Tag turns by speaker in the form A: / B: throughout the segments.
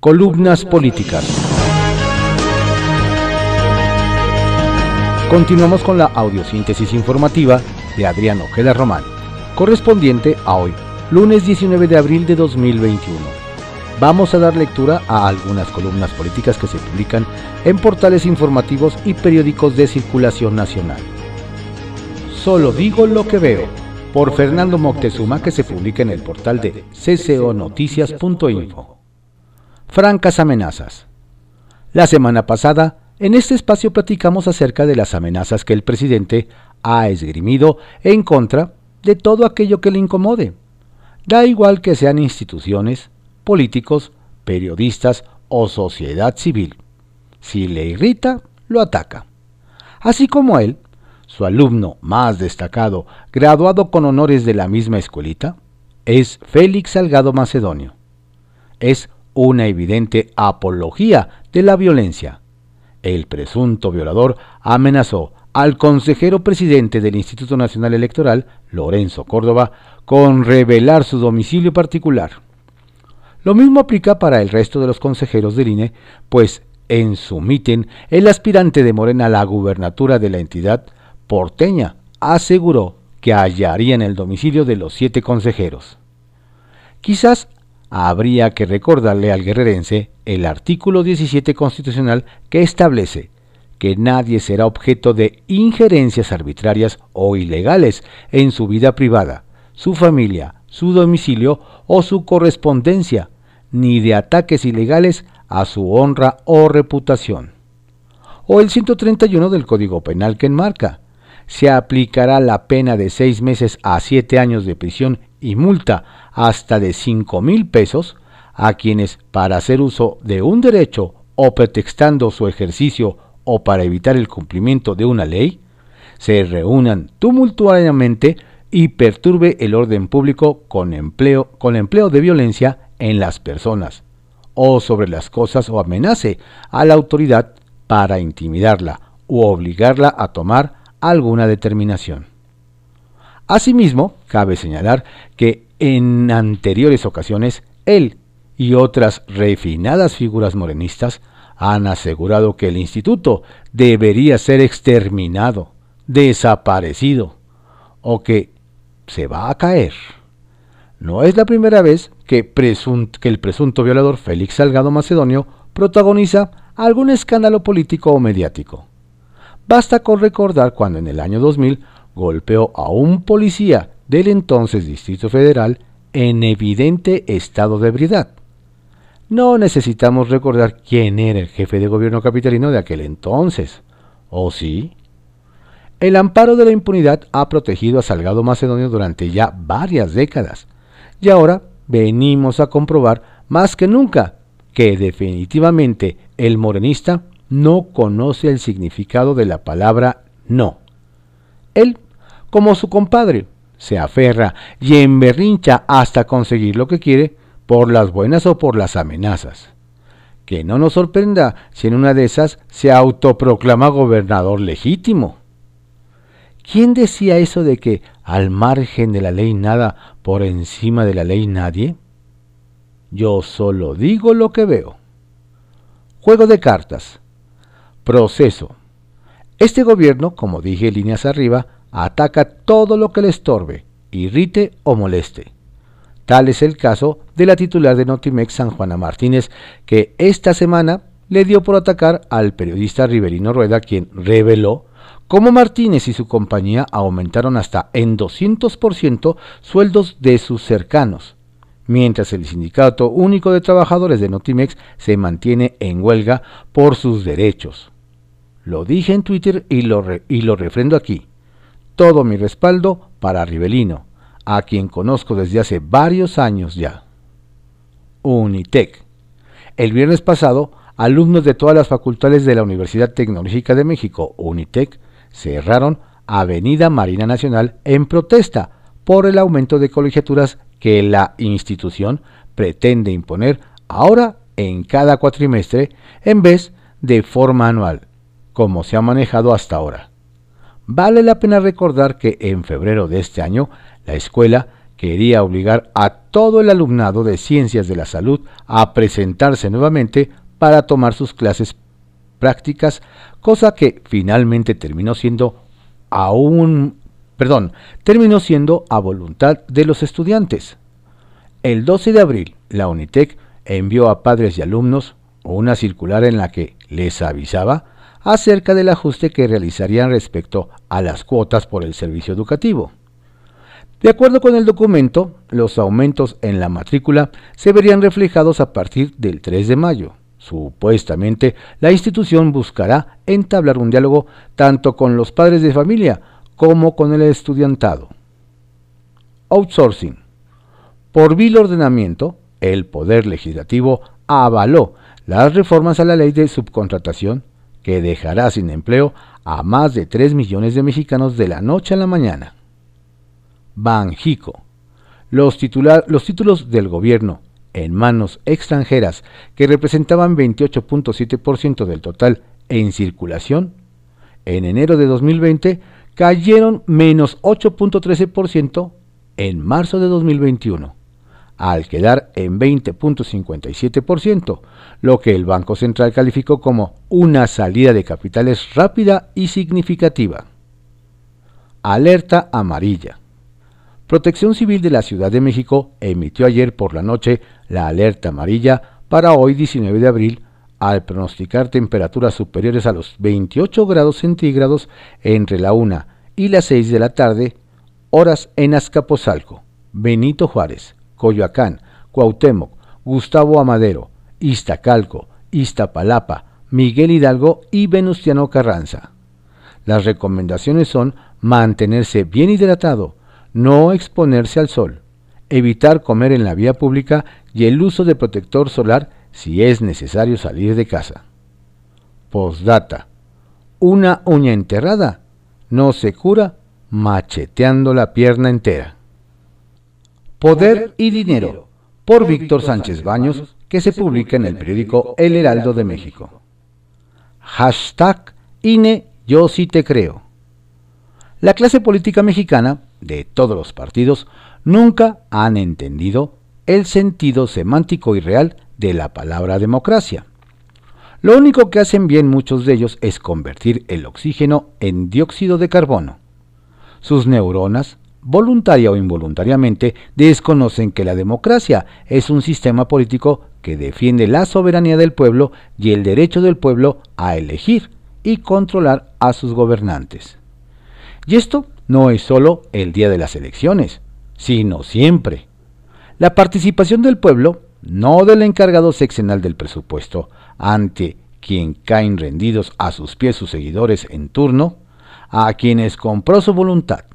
A: Columnas políticas. Continuamos con la audiosíntesis informativa de Adrián Ojeda Román, correspondiente a hoy, lunes 19 de abril de 2021. Vamos a dar lectura a algunas columnas políticas que se publican en portales informativos y periódicos de circulación nacional. Solo digo lo que veo, por Fernando Moctezuma, que se publica en el portal de cconoticias.info. Francas amenazas. La semana pasada, en este espacio platicamos acerca de las amenazas que el presidente ha esgrimido en contra de todo aquello que le incomode. Da igual que sean instituciones, políticos, periodistas o sociedad civil. Si le irrita, lo ataca. Así como él, su alumno más destacado, graduado con honores de la misma escuelita, es Félix Salgado Macedonio. Es una evidente apología de la violencia. El presunto violador amenazó al consejero presidente del Instituto Nacional Electoral, Lorenzo Córdoba, con revelar su domicilio particular. Lo mismo aplica para el resto de los consejeros del INE, pues en su mitin, el aspirante de Morena a la gubernatura de la entidad porteña aseguró que hallarían el domicilio de los 7 consejeros. Quizás habría que recordarle al guerrerense el artículo 17 constitucional que establece que nadie será objeto de injerencias arbitrarias o ilegales en su vida privada, su familia, su domicilio o su correspondencia, ni de ataques ilegales a su honra o reputación. O el 131 del Código Penal que enmarca: se aplicará la pena de 6 meses a 7 años de prisión y multa hasta de 5,000 pesos a quienes, para hacer uso de un derecho o pretextando su ejercicio o para evitar el cumplimiento de una ley, se reúnan tumultuariamente y perturbe el orden público con empleo de violencia en las personas o sobre las cosas o amenace a la autoridad para intimidarla u obligarla a tomar alguna determinación. Asimismo, cabe señalar que en anteriores ocasiones él y otras refinadas figuras morenistas han asegurado que el instituto debería ser exterminado, desaparecido o que se va a caer. No es la primera vez que el presunto violador Félix Salgado Macedonio protagoniza algún escándalo político o mediático. Basta con recordar cuando en el año 2000 golpeó a un policía del entonces Distrito Federal en evidente estado de ebriedad. No necesitamos recordar quién era el jefe de gobierno capitalino de aquel entonces, ¿o sí? El amparo de la impunidad ha protegido a Salgado Macedonio durante ya varias décadas, y ahora venimos a comprobar más que nunca que definitivamente el morenista no conoce el significado de la palabra no. Él, como su compadre, se aferra y emberrincha hasta conseguir lo que quiere, por las buenas o por las amenazas. Que no nos sorprenda si en una de esas se autoproclama gobernador legítimo. ¿Quién decía eso de que al margen de la ley nada, por encima de la ley nadie? Yo solo digo lo que veo. Juego de cartas. Proceso. Este gobierno, como dije líneas arriba, ataca todo lo que le estorbe, irrite o moleste. Tal es el caso de la titular de Notimex, San Juana Martínez, que esta semana le dio por atacar al periodista Riverino Rueda, quien reveló cómo Martínez y su compañía aumentaron hasta en 200% sueldos de sus cercanos, mientras el Sindicato Único de Trabajadores de Notimex se mantiene en huelga por sus derechos. Lo dije en Twitter y lo refrendo aquí. Todo mi respaldo para Rivelino, a quien conozco desde hace varios años ya. Unitec. El viernes pasado, alumnos de todas las facultades de la Universidad Tecnológica de México, Unitec, cerraron Avenida Marina Nacional en protesta por el aumento de colegiaturas que la institución pretende imponer ahora en cada cuatrimestre en vez de forma anual, como se ha manejado hasta ahora. Vale la pena recordar que en febrero de este año, la escuela quería obligar a todo el alumnado de Ciencias de la Salud a presentarse nuevamente para tomar sus clases prácticas, cosa que finalmente terminó siendo a voluntad de los estudiantes. El 12 de abril, la Unitec envió a padres y alumnos una circular en la que les avisaba acerca del ajuste que realizarían respecto a las cuotas por el servicio educativo. De acuerdo con el documento, los aumentos en la matrícula se verían reflejados a partir del 3 de mayo. Supuestamente, la institución buscará entablar un diálogo tanto con los padres de familia como con el estudiantado. Outsourcing. Por vil ordenamiento, el Poder Legislativo avaló las reformas a la ley de subcontratación que dejará sin empleo a más de 3 millones de mexicanos de la noche a la mañana. Banjico. Los títulos del gobierno en manos extranjeras, que representaban 28.7% del total en circulación, en enero de 2020 cayeron menos 8.13% en marzo de 2021, al quedar en 20.57%, lo que el Banco Central calificó como una salida de capitales rápida y significativa. Alerta amarilla. Protección Civil de la Ciudad de México emitió ayer por la noche la alerta amarilla para hoy 19 de abril al pronosticar temperaturas superiores a los 28 grados centígrados entre la 1 y las 6 de la tarde, horas en Azcapotzalco, Benito Juárez, Coyoacán, Cuauhtémoc, Gustavo Amadero, Iztacalco, Iztapalapa, Miguel Hidalgo y Venustiano Carranza. Las recomendaciones son mantenerse bien hidratado, no exponerse al sol, evitar comer en la vía pública y el uso de protector solar si es necesario salir de casa. Postdata. Una uña enterrada no se cura macheteando la pierna entera. Poder y dinero, por Víctor Sánchez Baños, que se publica en el periódico El Heraldo de México. Hashtag INE Yo sí te creo. La clase política mexicana, de todos los partidos, nunca han entendido el sentido semántico y real de la palabra democracia. Lo único que hacen bien muchos de ellos es convertir el oxígeno en dióxido de carbono. Sus neuronas, voluntaria o involuntariamente, desconocen que la democracia es un sistema político que defiende la soberanía del pueblo y el derecho del pueblo a elegir y controlar a sus gobernantes. Y esto no es solo el día de las elecciones, sino siempre. La participación del pueblo, no del encargado sexenal del presupuesto, ante quien caen rendidos a sus pies sus seguidores en turno, a quienes compró su voluntad.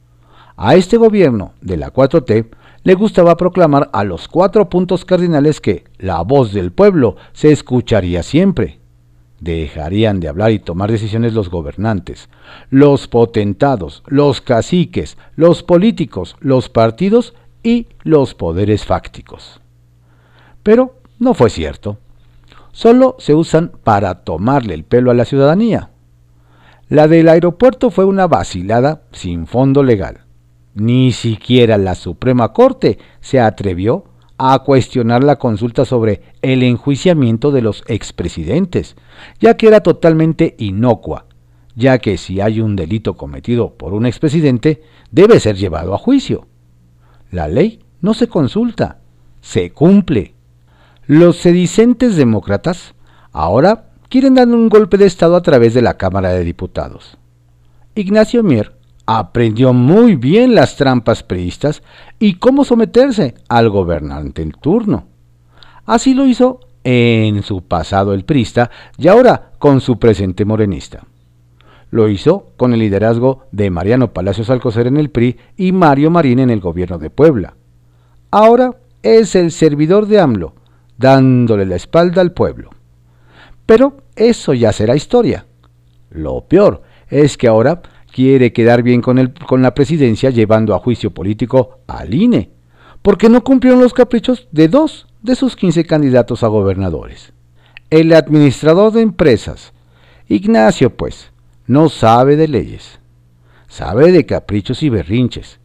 A: A este gobierno de la 4T le gustaba proclamar a los 4 puntos cardinales que la voz del pueblo se escucharía siempre. Dejarían de hablar y tomar decisiones los gobernantes, los potentados, los caciques, los políticos, los partidos y los poderes fácticos. Pero no fue cierto. Solo se usan para tomarle el pelo a la ciudadanía. La del aeropuerto fue una vacilada sin fondo legal. Ni siquiera la Suprema Corte se atrevió a cuestionar la consulta sobre el enjuiciamiento de los expresidentes, ya que era totalmente inocua, ya que si hay un delito cometido por un expresidente, debe ser llevado a juicio. La ley no se consulta, se cumple. Los sedicentes demócratas ahora quieren dar un golpe de Estado a través de la Cámara de Diputados. Ignacio Mier aprendió muy bien las trampas priistas y cómo someterse al gobernante en turno. Así lo hizo en su pasado el priista y ahora con su presente morenista. Lo hizo con el liderazgo de Mariano Palacios Alcocer en el PRI y Mario Marín en el gobierno de Puebla. Ahora es el servidor de AMLO, dándole la espalda al pueblo. Pero eso ya será historia. Lo peor es que ahora quiere quedar bien con la presidencia llevando a juicio político al INE, porque no cumplieron los caprichos de 2 de sus 15 candidatos a gobernadores. El administrador de empresas, Ignacio, pues, no sabe de leyes, sabe de caprichos y berrinches,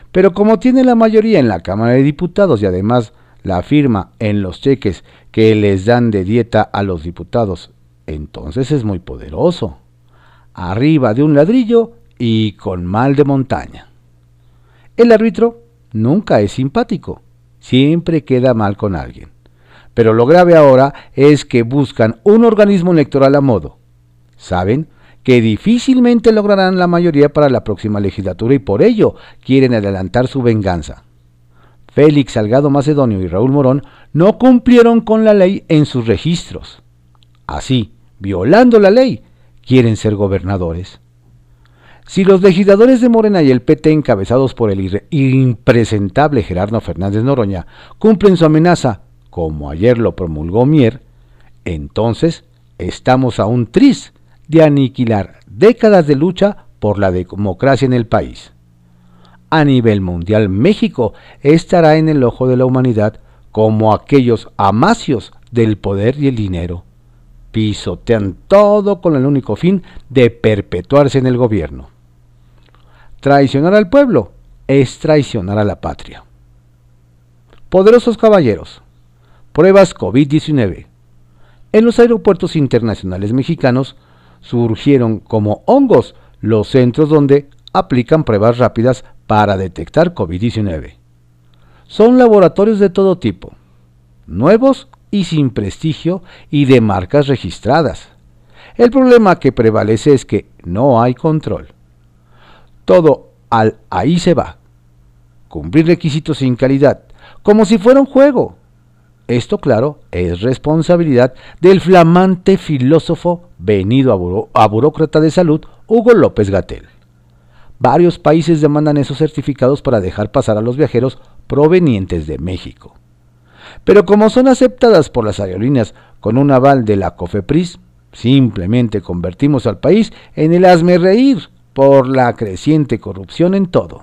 A: Pero como tiene la mayoría en la Cámara de Diputados y además la firma en los cheques que les dan de dieta a los diputados, entonces es muy poderoso. Arriba de un ladrillo y con mal de montaña. El árbitro nunca es simpático, siempre queda mal con alguien. Pero lo grave ahora es que buscan un organismo electoral a modo. Saben que difícilmente lograrán la mayoría para la próxima legislatura y por ello quieren adelantar su venganza. Félix Salgado Macedonio y Raúl Morón no cumplieron con la ley en sus registros. Así, violando la ley, quieren ser gobernadores. Si los legisladores de Morena y el PT encabezados por el impresentable Gerardo Fernández Noroña cumplen su amenaza, como ayer lo promulgó Mier, entonces estamos a un tris de aniquilar décadas de lucha por la democracia en el país. A nivel mundial, México estará en el ojo de la humanidad como aquellos amacios del poder y el dinero. Pisotean todo con el único fin de perpetuarse en el gobierno. Traicionar al pueblo es traicionar a la patria. Poderosos caballeros, pruebas COVID-19. En los aeropuertos internacionales mexicanos surgieron como hongos los centros donde aplican pruebas rápidas para detectar COVID-19. Son laboratorios de todo tipo, nuevos y sin prestigio y de marcas registradas. El problema que prevalece es que no hay control. Todo ahí se va. Cumplir requisitos sin calidad, como si fuera un juego. Esto, claro, es responsabilidad del flamante filósofo venido a burócrata de salud, Hugo López-Gatell. Varios países demandan esos certificados para dejar pasar a los viajeros provenientes de México. Pero como son aceptadas por las aerolíneas con un aval de la COFEPRIS, simplemente convertimos al país en el hazmerreír por la creciente corrupción en todo.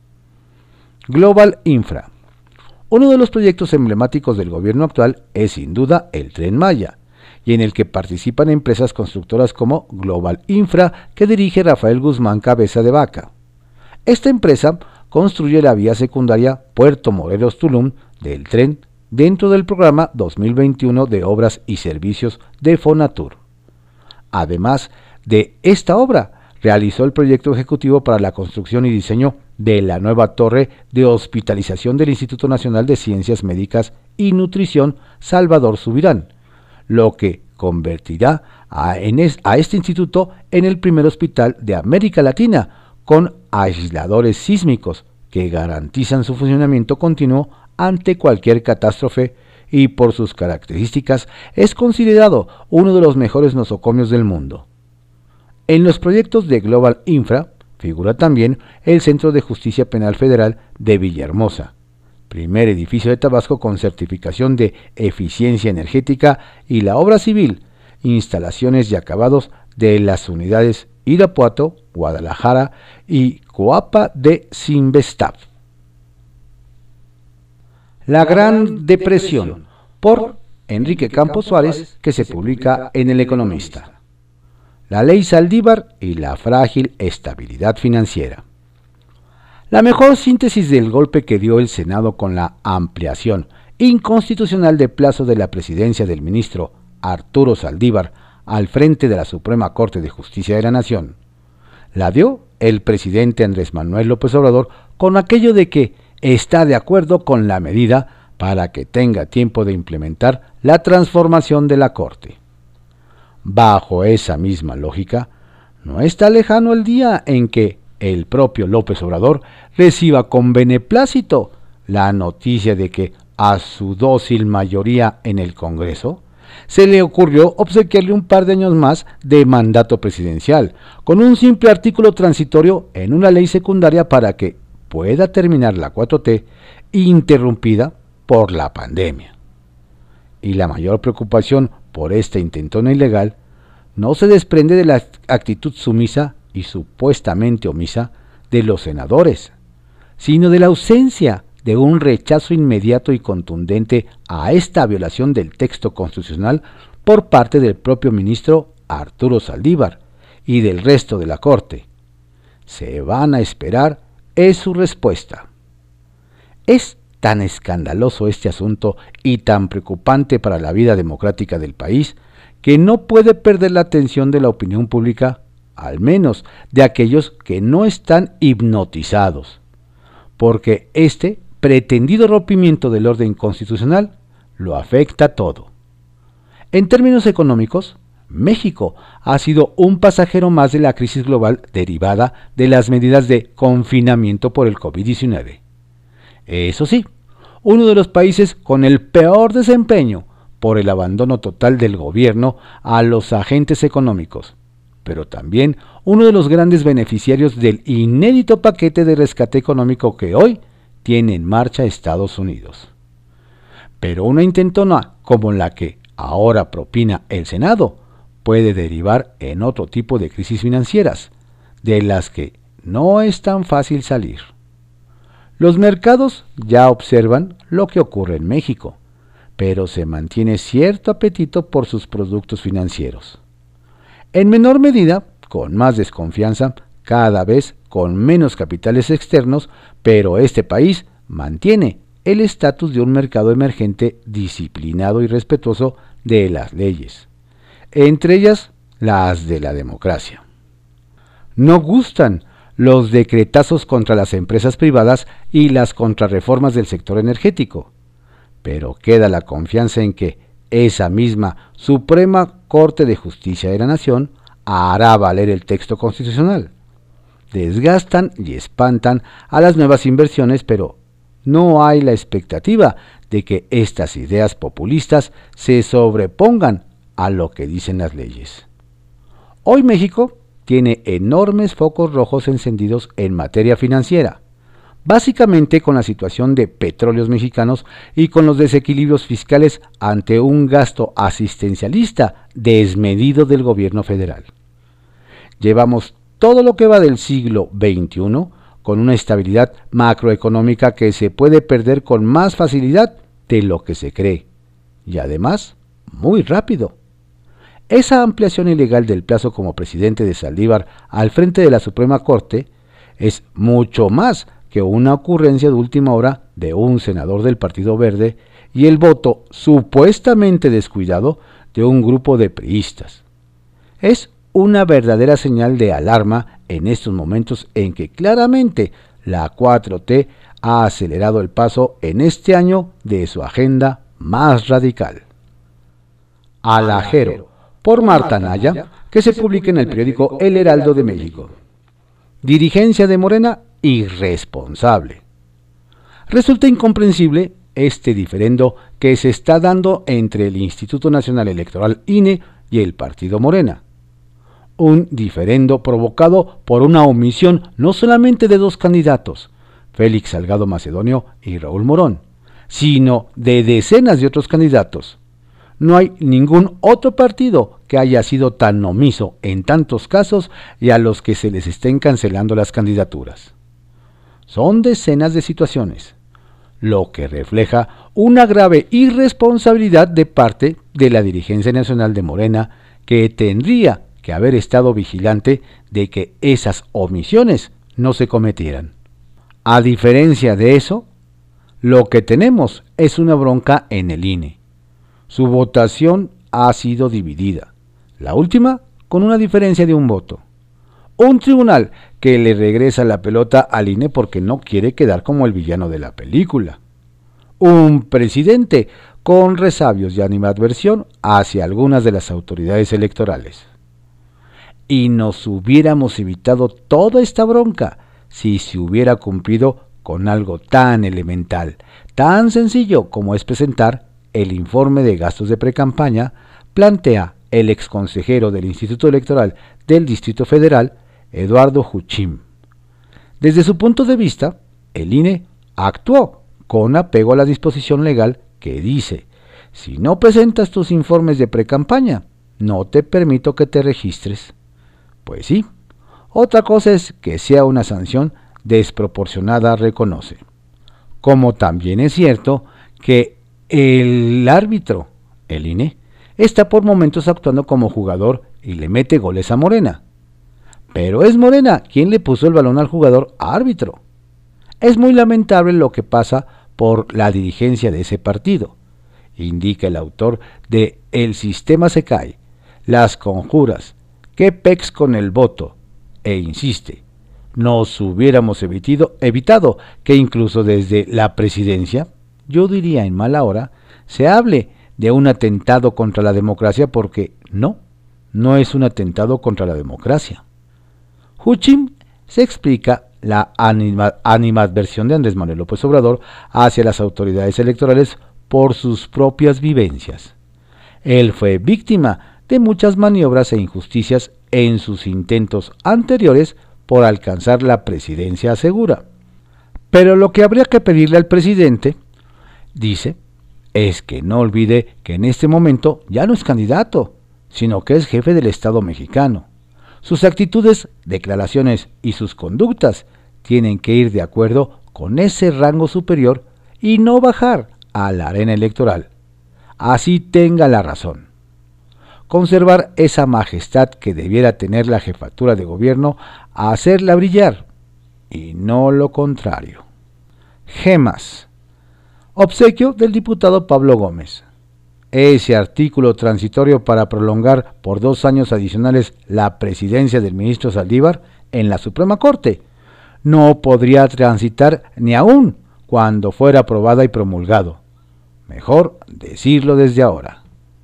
A: Global Infra. Uno de los proyectos emblemáticos del gobierno actual es sin duda el Tren Maya, y en el que participan empresas constructoras como Global Infra, que dirige Rafael Guzmán Cabeza de Vaca. Esta empresa construye la vía secundaria Puerto Morelos-Tulum del tren dentro del programa 2021 de Obras y Servicios de Fonatur. Además de esta obra, realizó el proyecto ejecutivo para la construcción y diseño de la nueva torre de hospitalización del Instituto Nacional de Ciencias Médicas y Nutrición Salvador Subirán, lo que convertirá a este instituto en el primer hospital de América Latina con aisladores sísmicos que garantizan su funcionamiento continuo ante cualquier catástrofe y por sus características es considerado uno de los mejores nosocomios del mundo. En los proyectos de Global Infra figura también el Centro de Justicia Penal Federal de Villahermosa, primer edificio de Tabasco con certificación de eficiencia energética, y la obra civil, instalaciones y acabados de las unidades Irapuato, Guadalajara y Coapa de Sinvestav. La Gran Depresión, por Enrique Campos Suárez, que se publica en El Economista. La ley Saldívar y la frágil estabilidad financiera. La mejor síntesis del golpe que dio el Senado con la ampliación inconstitucional de plazo de la presidencia del ministro Arturo Saldívar al frente de la Suprema Corte de Justicia de la Nación, la dio el presidente Andrés Manuel López Obrador con aquello de que está de acuerdo con la medida para que tenga tiempo de implementar la transformación de la Corte. Bajo esa misma lógica, no está lejano el día en que el propio López Obrador reciba con beneplácito la noticia de que a su dócil mayoría en el Congreso se le ocurrió obsequiarle un par de años más de mandato presidencial, con un simple artículo transitorio en una ley secundaria para que pueda terminar la 4T interrumpida por la pandemia. Y la mayor preocupación por esta intentona ilegal no se desprende de la actitud sumisa y supuestamente omisa de los senadores, sino de la ausencia de un rechazo inmediato y contundente a esta violación del texto constitucional por parte del propio ministro Arturo Saldívar y del resto de la Corte. Se van a esperar es su respuesta. Es tan escandaloso este asunto y tan preocupante para la vida democrática del país que no puede perder la atención de la opinión pública, al menos de aquellos que no están hipnotizados, porque este pretendido rompimiento del orden constitucional lo afecta todo. En términos económicos, México ha sido un pasajero más de la crisis global derivada de las medidas de confinamiento por el COVID-19. Eso sí, uno de los países con el peor desempeño por el abandono total del gobierno a los agentes económicos, pero también uno de los grandes beneficiarios del inédito paquete de rescate económico que hoy tiene en marcha Estados Unidos. Pero una intentona como la que ahora propina el Senado puede derivar en otro tipo de crisis financieras, de las que no es tan fácil salir. Los mercados ya observan lo que ocurre en México, pero se mantiene cierto apetito por sus productos financieros. En menor medida, con más desconfianza, cada vez con menos capitales externos, pero este país mantiene el estatus de un mercado emergente disciplinado y respetuoso de las leyes, entre ellas las de la democracia. No gustan los decretazos contra las empresas privadas y las contrarreformas del sector energético, pero queda la confianza en que esa misma Suprema Corte de Justicia de la Nación hará valer el texto constitucional. Desgastan y espantan a las nuevas inversiones, pero no hay la expectativa de que estas ideas populistas se sobrepongan a lo que dicen las leyes. Hoy México tiene enormes focos rojos encendidos en materia financiera, básicamente con la situación de Petróleos Mexicanos y con los desequilibrios fiscales ante un gasto asistencialista desmedido del gobierno federal. Llevamos todo lo que va del siglo XXI con una estabilidad macroeconómica que se puede perder con más facilidad de lo que se cree, y además muy rápido. Esa ampliación ilegal del plazo como presidente de Saldívar al frente de la Suprema Corte es mucho más que una ocurrencia de última hora de un senador del Partido Verde y el voto supuestamente descuidado de un grupo de priistas. Es una verdadera señal de alarma en estos momentos en que claramente la 4T ha acelerado el paso en este año de su agenda más radical. Alajero, por Marta Naya, que se publica en el periódico El Heraldo de México. Dirigencia de Morena irresponsable. Resulta incomprensible este diferendo que se está dando entre el Instituto Nacional Electoral INE y el Partido Morena. Un diferendo provocado por una omisión no solamente de dos candidatos, Félix Salgado Macedonio y Raúl Morón, sino de decenas de otros candidatos. No hay ningún otro partido que haya sido tan omiso en tantos casos y a los que se les estén cancelando las candidaturas. Son decenas de situaciones, lo que refleja una grave irresponsabilidad de parte de la dirigencia nacional de Morena, que tendría que haber estado vigilante de que esas omisiones no se cometieran. A diferencia de eso, lo que tenemos es una bronca en el INE. Su votación ha sido dividida, la última con una diferencia de un voto. Un tribunal que le regresa la pelota al INE porque no quiere quedar como el villano de la película. Un presidente con resabios y animadversión hacia algunas de las autoridades electorales. Y nos hubiéramos evitado toda esta bronca si se hubiera cumplido con algo tan elemental, tan sencillo como es presentar el informe de gastos de precampaña, plantea el exconsejero del Instituto Electoral del Distrito Federal, Eduardo Juchim. Desde su punto de vista, el INE actuó con apego a la disposición legal que dice: si no presentas tus informes de precampaña, no te permito que te registres. Pues sí, otra cosa es que sea una sanción desproporcionada, reconoce. Como también es cierto que el árbitro, el INE, está por momentos actuando como jugador y le mete goles a Morena. Pero es Morena quien le puso el balón al jugador árbitro. Es muy lamentable lo que pasa por la dirigencia de ese partido, indica el autor de El sistema se cae, las conjuras, qué pex con el voto, e insiste, nos hubiéramos evitado que incluso desde la presidencia, yo diría en mala hora, se hable de un atentado contra la democracia porque no es un atentado contra la democracia. Huchim se explica la animadversión de Andrés Manuel López Obrador hacia las autoridades electorales por sus propias vivencias. Él fue víctima de muchas maniobras e injusticias en sus intentos anteriores por alcanzar la presidencia segura. Pero lo que habría que pedirle al presidente, dice, es que no olvide que en este momento ya no es candidato, sino que es jefe del Estado mexicano. Sus actitudes, declaraciones y sus conductas tienen que ir de acuerdo con ese rango superior y no bajar a la arena electoral. Así tenga la razón. Conservar esa majestad que debiera tener la jefatura de gobierno, a hacerla brillar, y no lo contrario. Gemas. Obsequio del diputado Pablo Gómez. Ese artículo transitorio para prolongar por 2 años adicionales la presidencia del ministro Saldívar en la Suprema Corte no podría transitar ni aún cuando fuera aprobada y promulgado. Mejor decirlo desde ahora.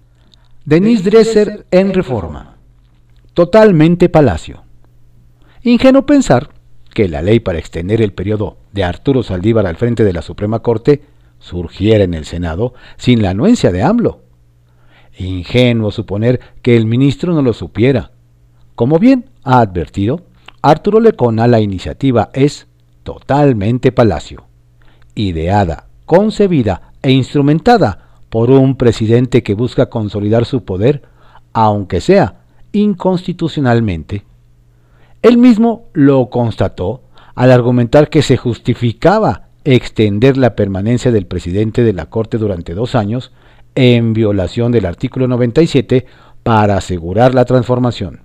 A: Denise Dresser en Reforma. Totalmente Palacio. Ingenuo pensar que la ley para extender el periodo de Arturo Saldívar al frente de la Suprema Corte surgiera en el Senado sin la anuencia de AMLO. Ingenuo suponer que el ministro no lo supiera. Como bien ha advertido, Arturo Lecona, la iniciativa es totalmente Palacio, ideada, concebida e instrumentada por un presidente que busca consolidar su poder, aunque sea inconstitucionalmente. Él mismo lo constató al argumentar que se justificaba extender la permanencia del presidente de la Corte durante 2 años en violación del artículo 97 para asegurar la transformación.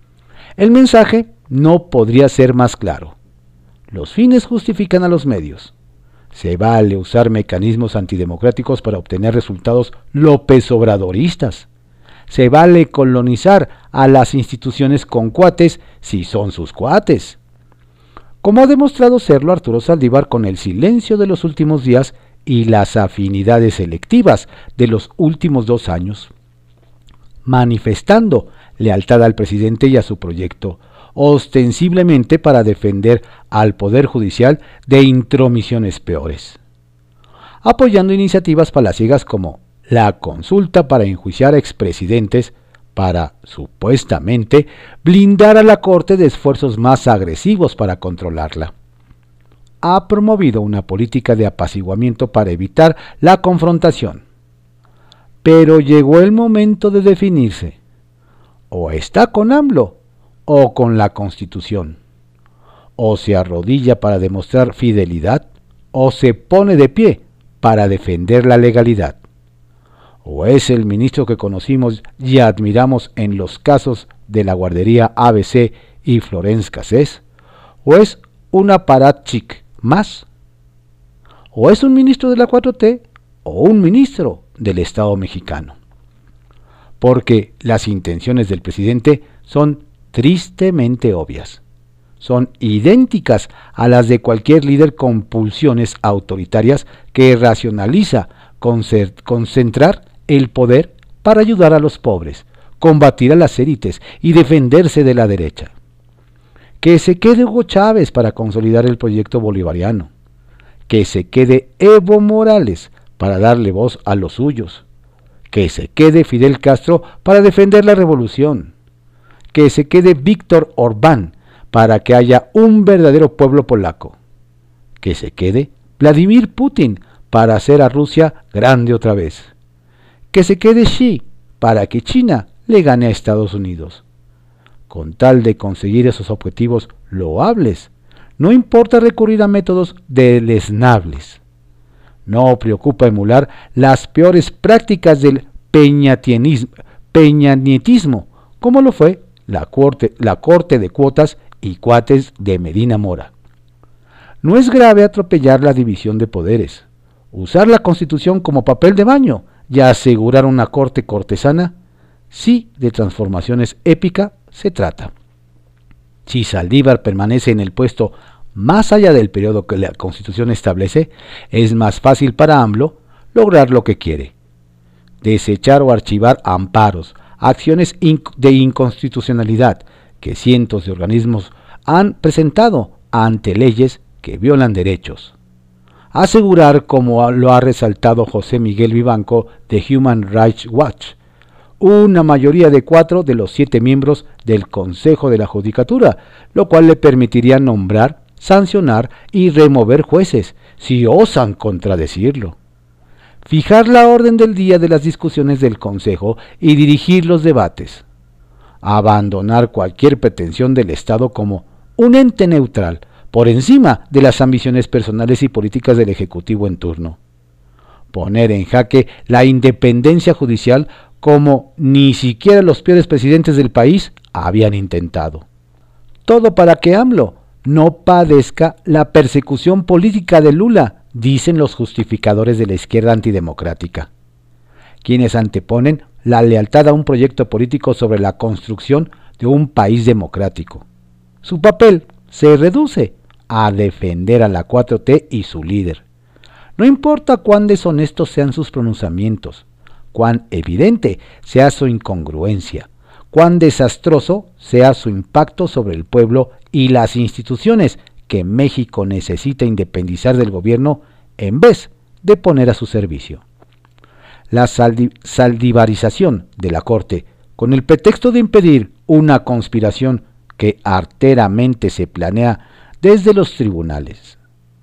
A: El mensaje no podría ser más claro. Los fines justifican a los medios. Se vale usar mecanismos antidemocráticos para obtener resultados López Obradoristas. Se vale colonizar a las instituciones con cuates si son sus cuates. Como ha demostrado serlo Arturo Saldívar con el silencio de los últimos días y las afinidades selectivas de los últimos 2 años, manifestando lealtad al presidente y a su proyecto, ostensiblemente para defender al Poder Judicial de intromisiones peores, apoyando iniciativas palaciegas como la consulta para enjuiciar a expresidentes para, supuestamente, blindar a la Corte de esfuerzos más agresivos para controlarla. Ha promovido una política de apaciguamiento para evitar la confrontación. Pero llegó el momento de definirse. O está con AMLO o con la Constitución. O se arrodilla para demostrar fidelidad o se pone de pie para defender la legalidad. O es el ministro que conocimos y admiramos en los casos de la guardería ABC y Florence Cassés, o es un aparatchik más, o es un ministro de la 4T o un ministro del Estado mexicano. Porque las intenciones del presidente son tristemente obvias. Son idénticas a las de cualquier líder con pulsiones autoritarias que racionaliza concentrar el poder para ayudar a los pobres, combatir a las élites y defenderse de la derecha. Que se quede Hugo Chávez para consolidar el proyecto bolivariano. Que se quede Evo Morales para darle voz a los suyos. Que se quede Fidel Castro para defender la revolución. Que se quede Víctor Orbán para que haya un verdadero pueblo polaco. Que se quede Vladimir Putin para hacer a Rusia grande otra vez. Que se quede Xi para que China le gane a Estados Unidos. Con tal de conseguir esos objetivos loables, no importa recurrir a métodos deleznables. No preocupa emular las peores prácticas del peñanietismo, como lo fue la corte de cuotas y cuates de Medina Mora. No es grave atropellar la división de poderes, ¿Usar la Constitución como papel de baño y asegurar una corte cortesana? Sí, de transformaciones épicas se trata. Si Saldívar permanece en el puesto más allá del periodo que la Constitución establece, es más fácil para AMLO lograr lo que quiere: desechar o archivar amparos, acciones de inconstitucionalidad que cientos de organismos han presentado ante leyes que violan derechos. Asegurar, como lo ha resaltado José Miguel Vivanco de Human Rights Watch, una mayoría de 4 de los 7 miembros del Consejo de la Judicatura, lo cual le permitiría nombrar, sancionar y remover jueces, si osan contradecirlo. Fijar la orden del día de las discusiones del Consejo y dirigir los debates. Abandonar cualquier pretensión del Estado como un ente neutral, por encima de las ambiciones personales y políticas del Ejecutivo en turno. Poner en jaque la independencia judicial como ni siquiera los peores presidentes del país habían intentado. Todo para que AMLO no padezca la persecución política de Lula, dicen los justificadores de la izquierda antidemocrática, quienes anteponen la lealtad a un proyecto político sobre la construcción de un país democrático. Su papel se reduce a defender a la 4T y su líder. No importa cuán deshonestos sean sus pronunciamientos, cuán evidente sea su incongruencia, cuán desastroso sea su impacto sobre el pueblo y las instituciones que México necesita independizar del gobierno en vez de poner a su servicio. La saldivarización de la Corte, con el pretexto de impedir una conspiración que arteramente se planea desde los tribunales.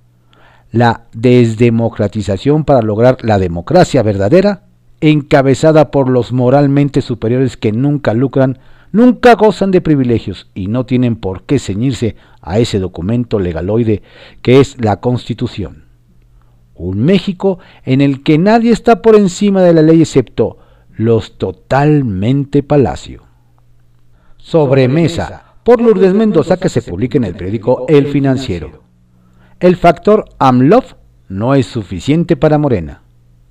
A: La desdemocratización para lograr la democracia verdadera, encabezada por los moralmente superiores que nunca lucran, nunca gozan de privilegios y no tienen por qué ceñirse a ese documento legaloide que es la Constitución. Un México en el que nadie está por encima de la ley excepto los totalmente Palacio. Sobremesa, por Lourdes Mendoza, que se publica en el periódico El Financiero. El factor AMLOF no es suficiente para Morena.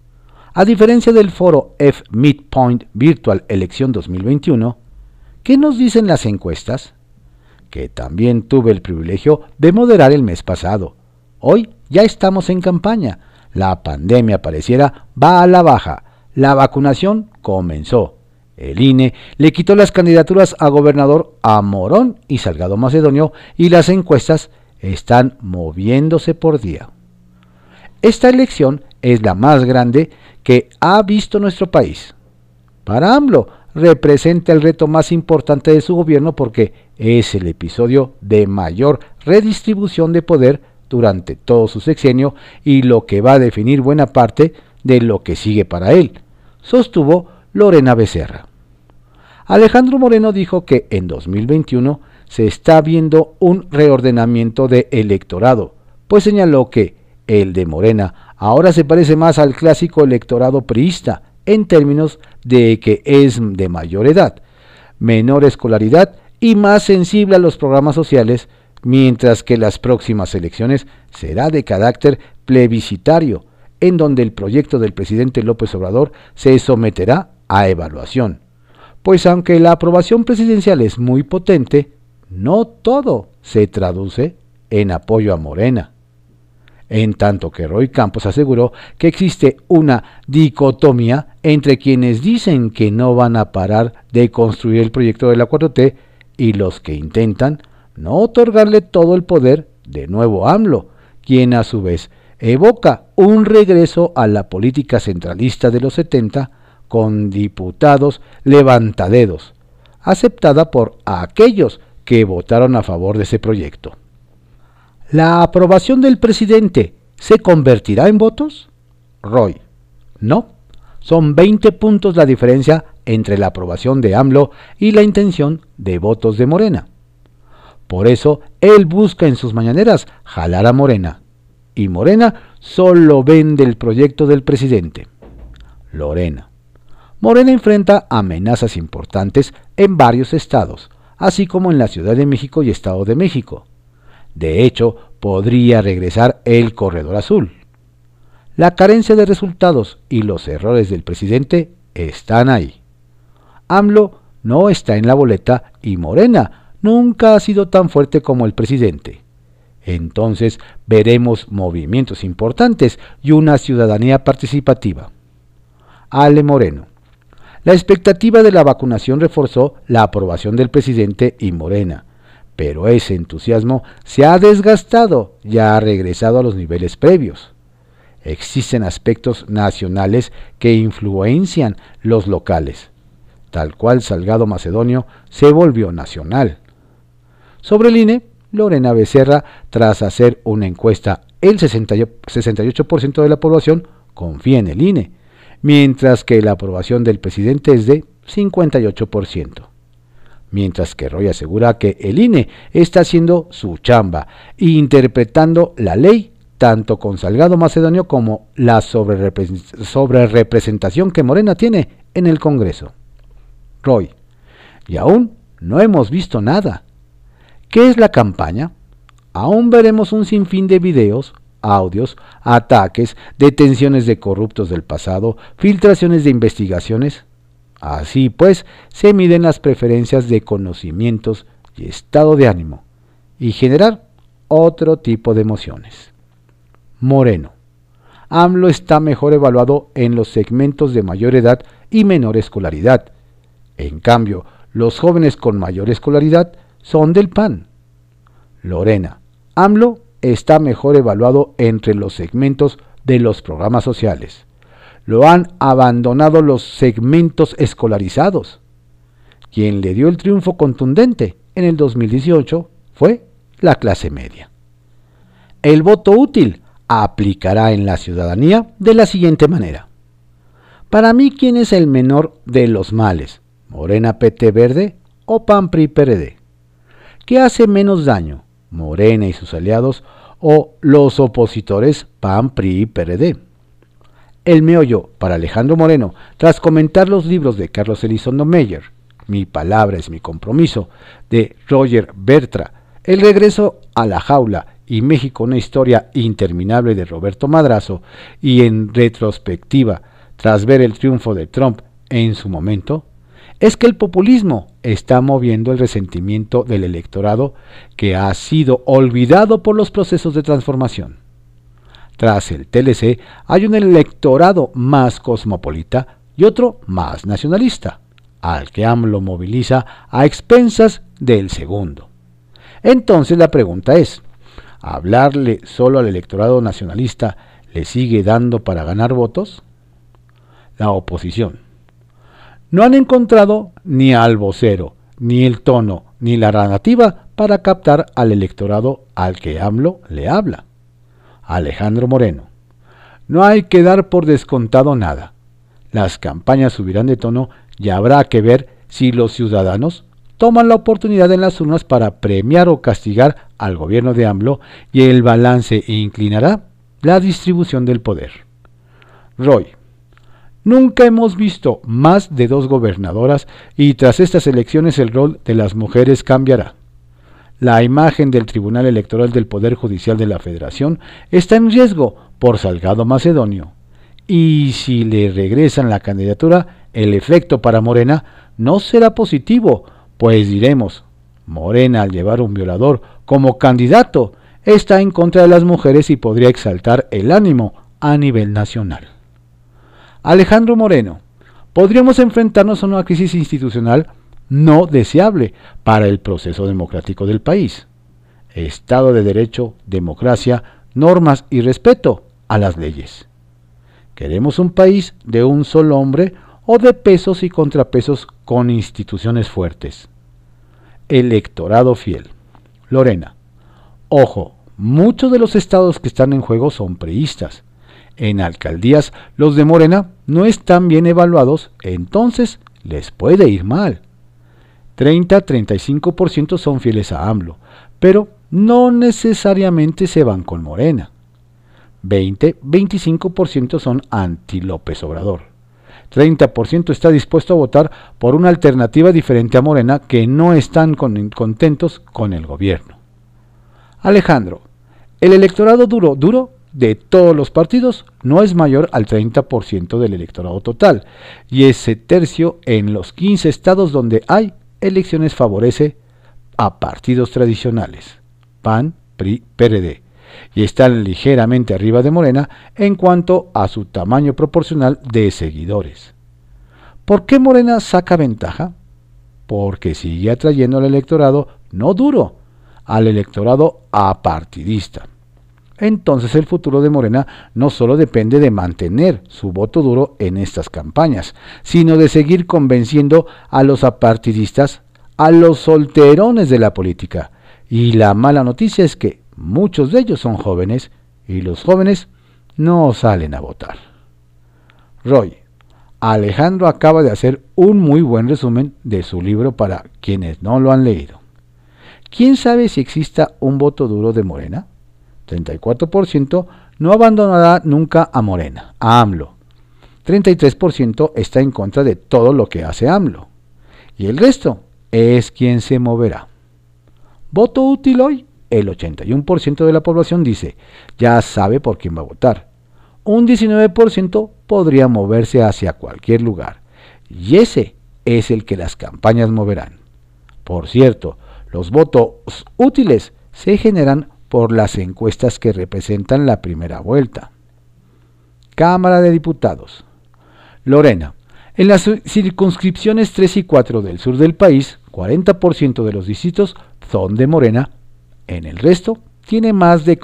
A: A diferencia del foro F-Midpoint Virtual Elección 2021, ¿qué nos dicen las encuestas? Que también tuve el privilegio de moderar el mes pasado. Hoy ya estamos en campaña. La pandemia pareciera va a la baja. La vacunación comenzó. El INE le quitó las candidaturas a gobernador a Morón y Salgado Macedonio y las encuestas están moviéndose por día. Esta elección es la más grande que ha visto nuestro país. Para AMLO representa el reto más importante de su gobierno porque es el episodio de mayor redistribución de poder durante todo su sexenio y lo que va a definir buena parte de lo que sigue para él, sostuvo Lorena Becerra. Alejandro Moreno dijo que en 2021 se está viendo un reordenamiento de electorado, pues señaló que el de Morena ahora se parece más al clásico electorado priista en términos de que es de mayor edad, menor escolaridad y más sensible a los programas sociales, mientras que las próximas elecciones será de carácter plebiscitario, en donde el proyecto del presidente López Obrador se someterá a evaluación. Pues aunque la aprobación presidencial es muy potente, no todo se traduce en apoyo a Morena. En tanto que Roy Campos aseguró que existe una dicotomía entre quienes dicen que no van a parar de construir el proyecto de la 4T y los que intentan no otorgarle todo el poder de nuevo a AMLO, quien a su vez evoca un regreso a la política centralista de los 70 con diputados levantadedos, aceptada por aquellos que votaron a favor de ese proyecto. ¿La aprobación del presidente se convertirá en votos? Roy: no, son 20 puntos la diferencia entre la aprobación de AMLO y la intención de votos de Morena. Por eso él busca en sus mañaneras jalar a Morena, y Morena solo vende el proyecto del presidente. Lorena: Morena enfrenta amenazas importantes en varios estados, así como en la Ciudad de México y Estado de México. De hecho, podría regresar el Corredor Azul. La carencia de resultados y los errores del presidente están ahí. AMLO no está en la boleta y Morena nunca ha sido tan fuerte como el presidente. Entonces veremos movimientos importantes y una ciudadanía participativa. Ale Moreno. La expectativa de la vacunación reforzó la aprobación del presidente y Morena, pero ese entusiasmo se ha desgastado y ha regresado a los niveles previos. Existen aspectos nacionales que influencian los locales, tal cual Salgado Macedonio se volvió nacional. Sobre el INE, Lorena Becerra, tras hacer una encuesta, el 68% de la población confía en el INE, mientras que la aprobación del presidente es de 58%. Mientras que Roy asegura que el INE está haciendo su chamba, interpretando la ley tanto con Salgado Macedonio como la sobrerepresentación que Morena tiene en el Congreso. Roy, y aún no hemos visto nada. ¿Qué es la campaña? Aún veremos un sinfín de videos, audios, ataques, detenciones de corruptos del pasado, filtraciones de investigaciones. Así pues, se miden las preferencias de conocimientos y estado de ánimo, y generar otro tipo de emociones. Moreno. AMLO está mejor evaluado en los segmentos de mayor edad y menor escolaridad. En cambio, los jóvenes con mayor escolaridad son del PAN. Lorena. AMLO está mejor evaluado entre los segmentos de los programas sociales. Lo han abandonado los segmentos escolarizados. Quien le dio el triunfo contundente en el 2018 fue la clase media. El voto útil aplicará en la ciudadanía de la siguiente manera. Para mí, ¿quién es el menor de los males? ¿Morena PT Verde o PAN PRI PRD? ¿Qué hace menos daño? ¿Morena y sus aliados o los opositores PAN PRI PRD? El meollo para Alejandro Moreno, tras comentar los libros de Carlos Elizondo Meyer, Mi palabra es mi compromiso, de Roger Bertra, El regreso a la jaula y México, una historia interminable, de Roberto Madrazo, y en retrospectiva, tras ver el triunfo de Trump en su momento, es que el populismo está moviendo el resentimiento del electorado que ha sido olvidado por los procesos de transformación. Tras el TLC hay un electorado más cosmopolita y otro más nacionalista, al que AMLO moviliza a expensas del segundo. Entonces la pregunta es, ¿hablarle solo al electorado nacionalista le sigue dando para ganar votos? La oposición. No han encontrado ni al vocero, ni el tono, ni la narrativa para captar al electorado al que AMLO le habla. Alejandro Moreno. No hay que dar por descontado nada. Las campañas subirán de tono y habrá que ver si los ciudadanos toman la oportunidad en las urnas para premiar o castigar al gobierno de AMLO, y el balance inclinará la distribución del poder. Roy. Nunca hemos visto más de 2 gobernadoras y tras estas elecciones el rol de las mujeres cambiará. La imagen del Tribunal Electoral del Poder Judicial de la Federación está en riesgo por Salgado Macedonio. Y si le regresan la candidatura, el efecto para Morena no será positivo, pues diremos, Morena, al llevar un violador como candidato, está en contra de las mujeres y podría exaltar el ánimo a nivel nacional. Alejandro Moreno. Podríamos enfrentarnos a una crisis institucional no deseable para el proceso democrático del país. Estado de Derecho, democracia, normas y respeto a las leyes. ¿Queremos un país de un solo hombre o de pesos y contrapesos con instituciones fuertes? Electorado fiel. Lorena. Ojo, muchos de los estados que están en juego son priistas. En alcaldías, los de Morena no están bien evaluados, entonces les puede ir mal. 30-35% son fieles a AMLO, pero no necesariamente se van con Morena. 20-25% son anti-López Obrador. 30% está dispuesto a votar por una alternativa diferente a Morena, que no están contentos con el gobierno. Alejandro. El electorado duro de todos los partidos no es mayor al 30% del electorado total, y ese tercio en los 15 estados donde hay elecciones favorece a partidos tradicionales, PAN, PRI, PRD, y están ligeramente arriba de Morena en cuanto a su tamaño proporcional de seguidores. ¿Por qué Morena saca ventaja? Porque sigue atrayendo al electorado no duro, al electorado apartidista. Entonces el futuro de Morena no solo depende de mantener su voto duro en estas campañas, sino de seguir convenciendo a los apartidistas, a los solterones de la política. Y la mala noticia es que muchos de ellos son jóvenes y los jóvenes no salen a votar. Roy, Alejandro acaba de hacer un muy buen resumen de su libro para quienes no lo han leído. ¿Quién sabe si exista un voto duro de Morena? 34% no abandonará nunca a Morena, a AMLO. 33% está en contra de todo lo que hace AMLO. Y el resto es quien se moverá. ¿Voto útil hoy? El 81% de la población dice, ya sabe por quién va a votar. Un 19% podría moverse hacia cualquier lugar. Y ese es el que las campañas moverán. Por cierto, los votos útiles se generan por las encuestas que representan la primera vuelta. Cámara de Diputados. Lorena. En las circunscripciones 3 y 4 del sur del país, 40% de los distritos son de Morena. En el resto, tiene más de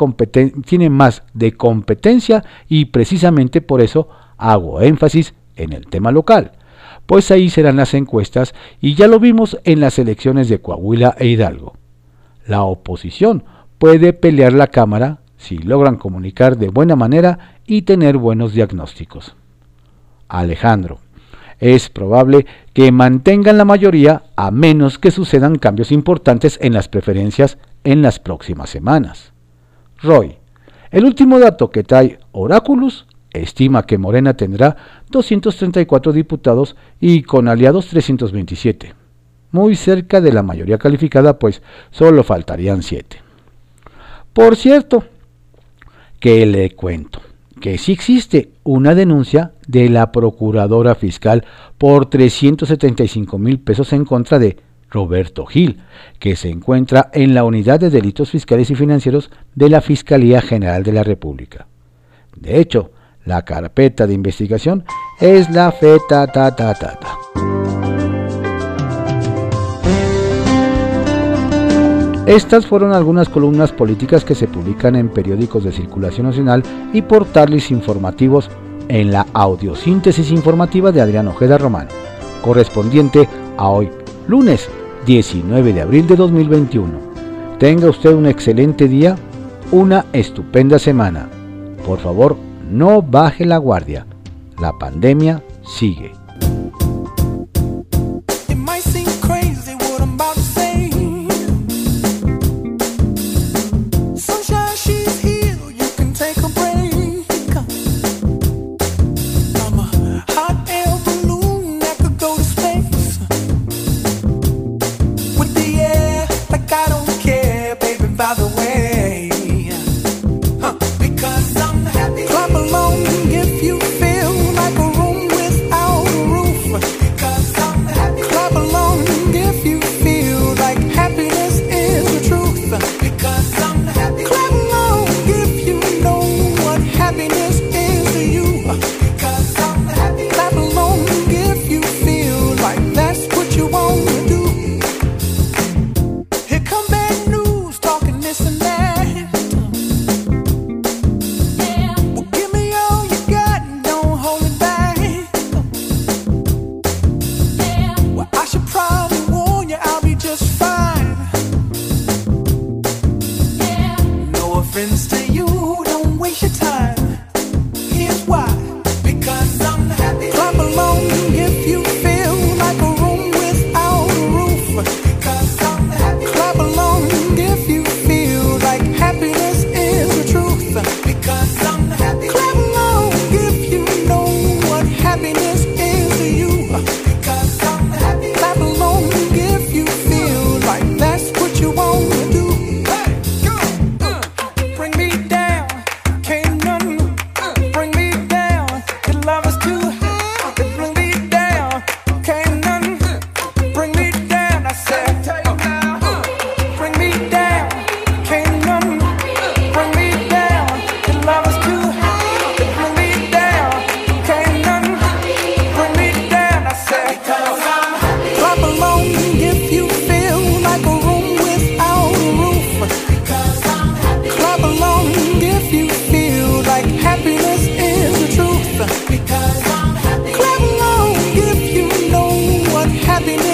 A: competencia y precisamente por eso hago énfasis en el tema local, pues ahí serán las encuestas y ya lo vimos en las elecciones de Coahuila e Hidalgo. La oposición puede pelear la Cámara si logran comunicar de buena manera y tener buenos diagnósticos. Alejandro. Es probable que mantengan la mayoría a menos que sucedan cambios importantes en las preferencias en las próximas semanas. Roy. El último dato que trae Oráculos estima que Morena tendrá 234 diputados y con aliados 327. Muy cerca de la mayoría calificada, pues solo faltarían 7. Por cierto, que le cuento que sí existe una denuncia de la Procuradora Fiscal por 375,000 pesos en contra de Roberto Gil, que se encuentra en la Unidad de Delitos Fiscales y Financieros de la Fiscalía General de la República. De hecho, la carpeta de investigación es la FETATATATA. Estas fueron algunas columnas políticas que se publican en periódicos de circulación nacional y portales informativos en la audiosíntesis informativa de Adrián Ojeda Román, correspondiente a hoy, lunes 19 de abril de 2021. Tenga usted un excelente día, una estupenda semana. Por favor, no baje la guardia. La pandemia sigue.
B: Clap along if you feel like a room without tener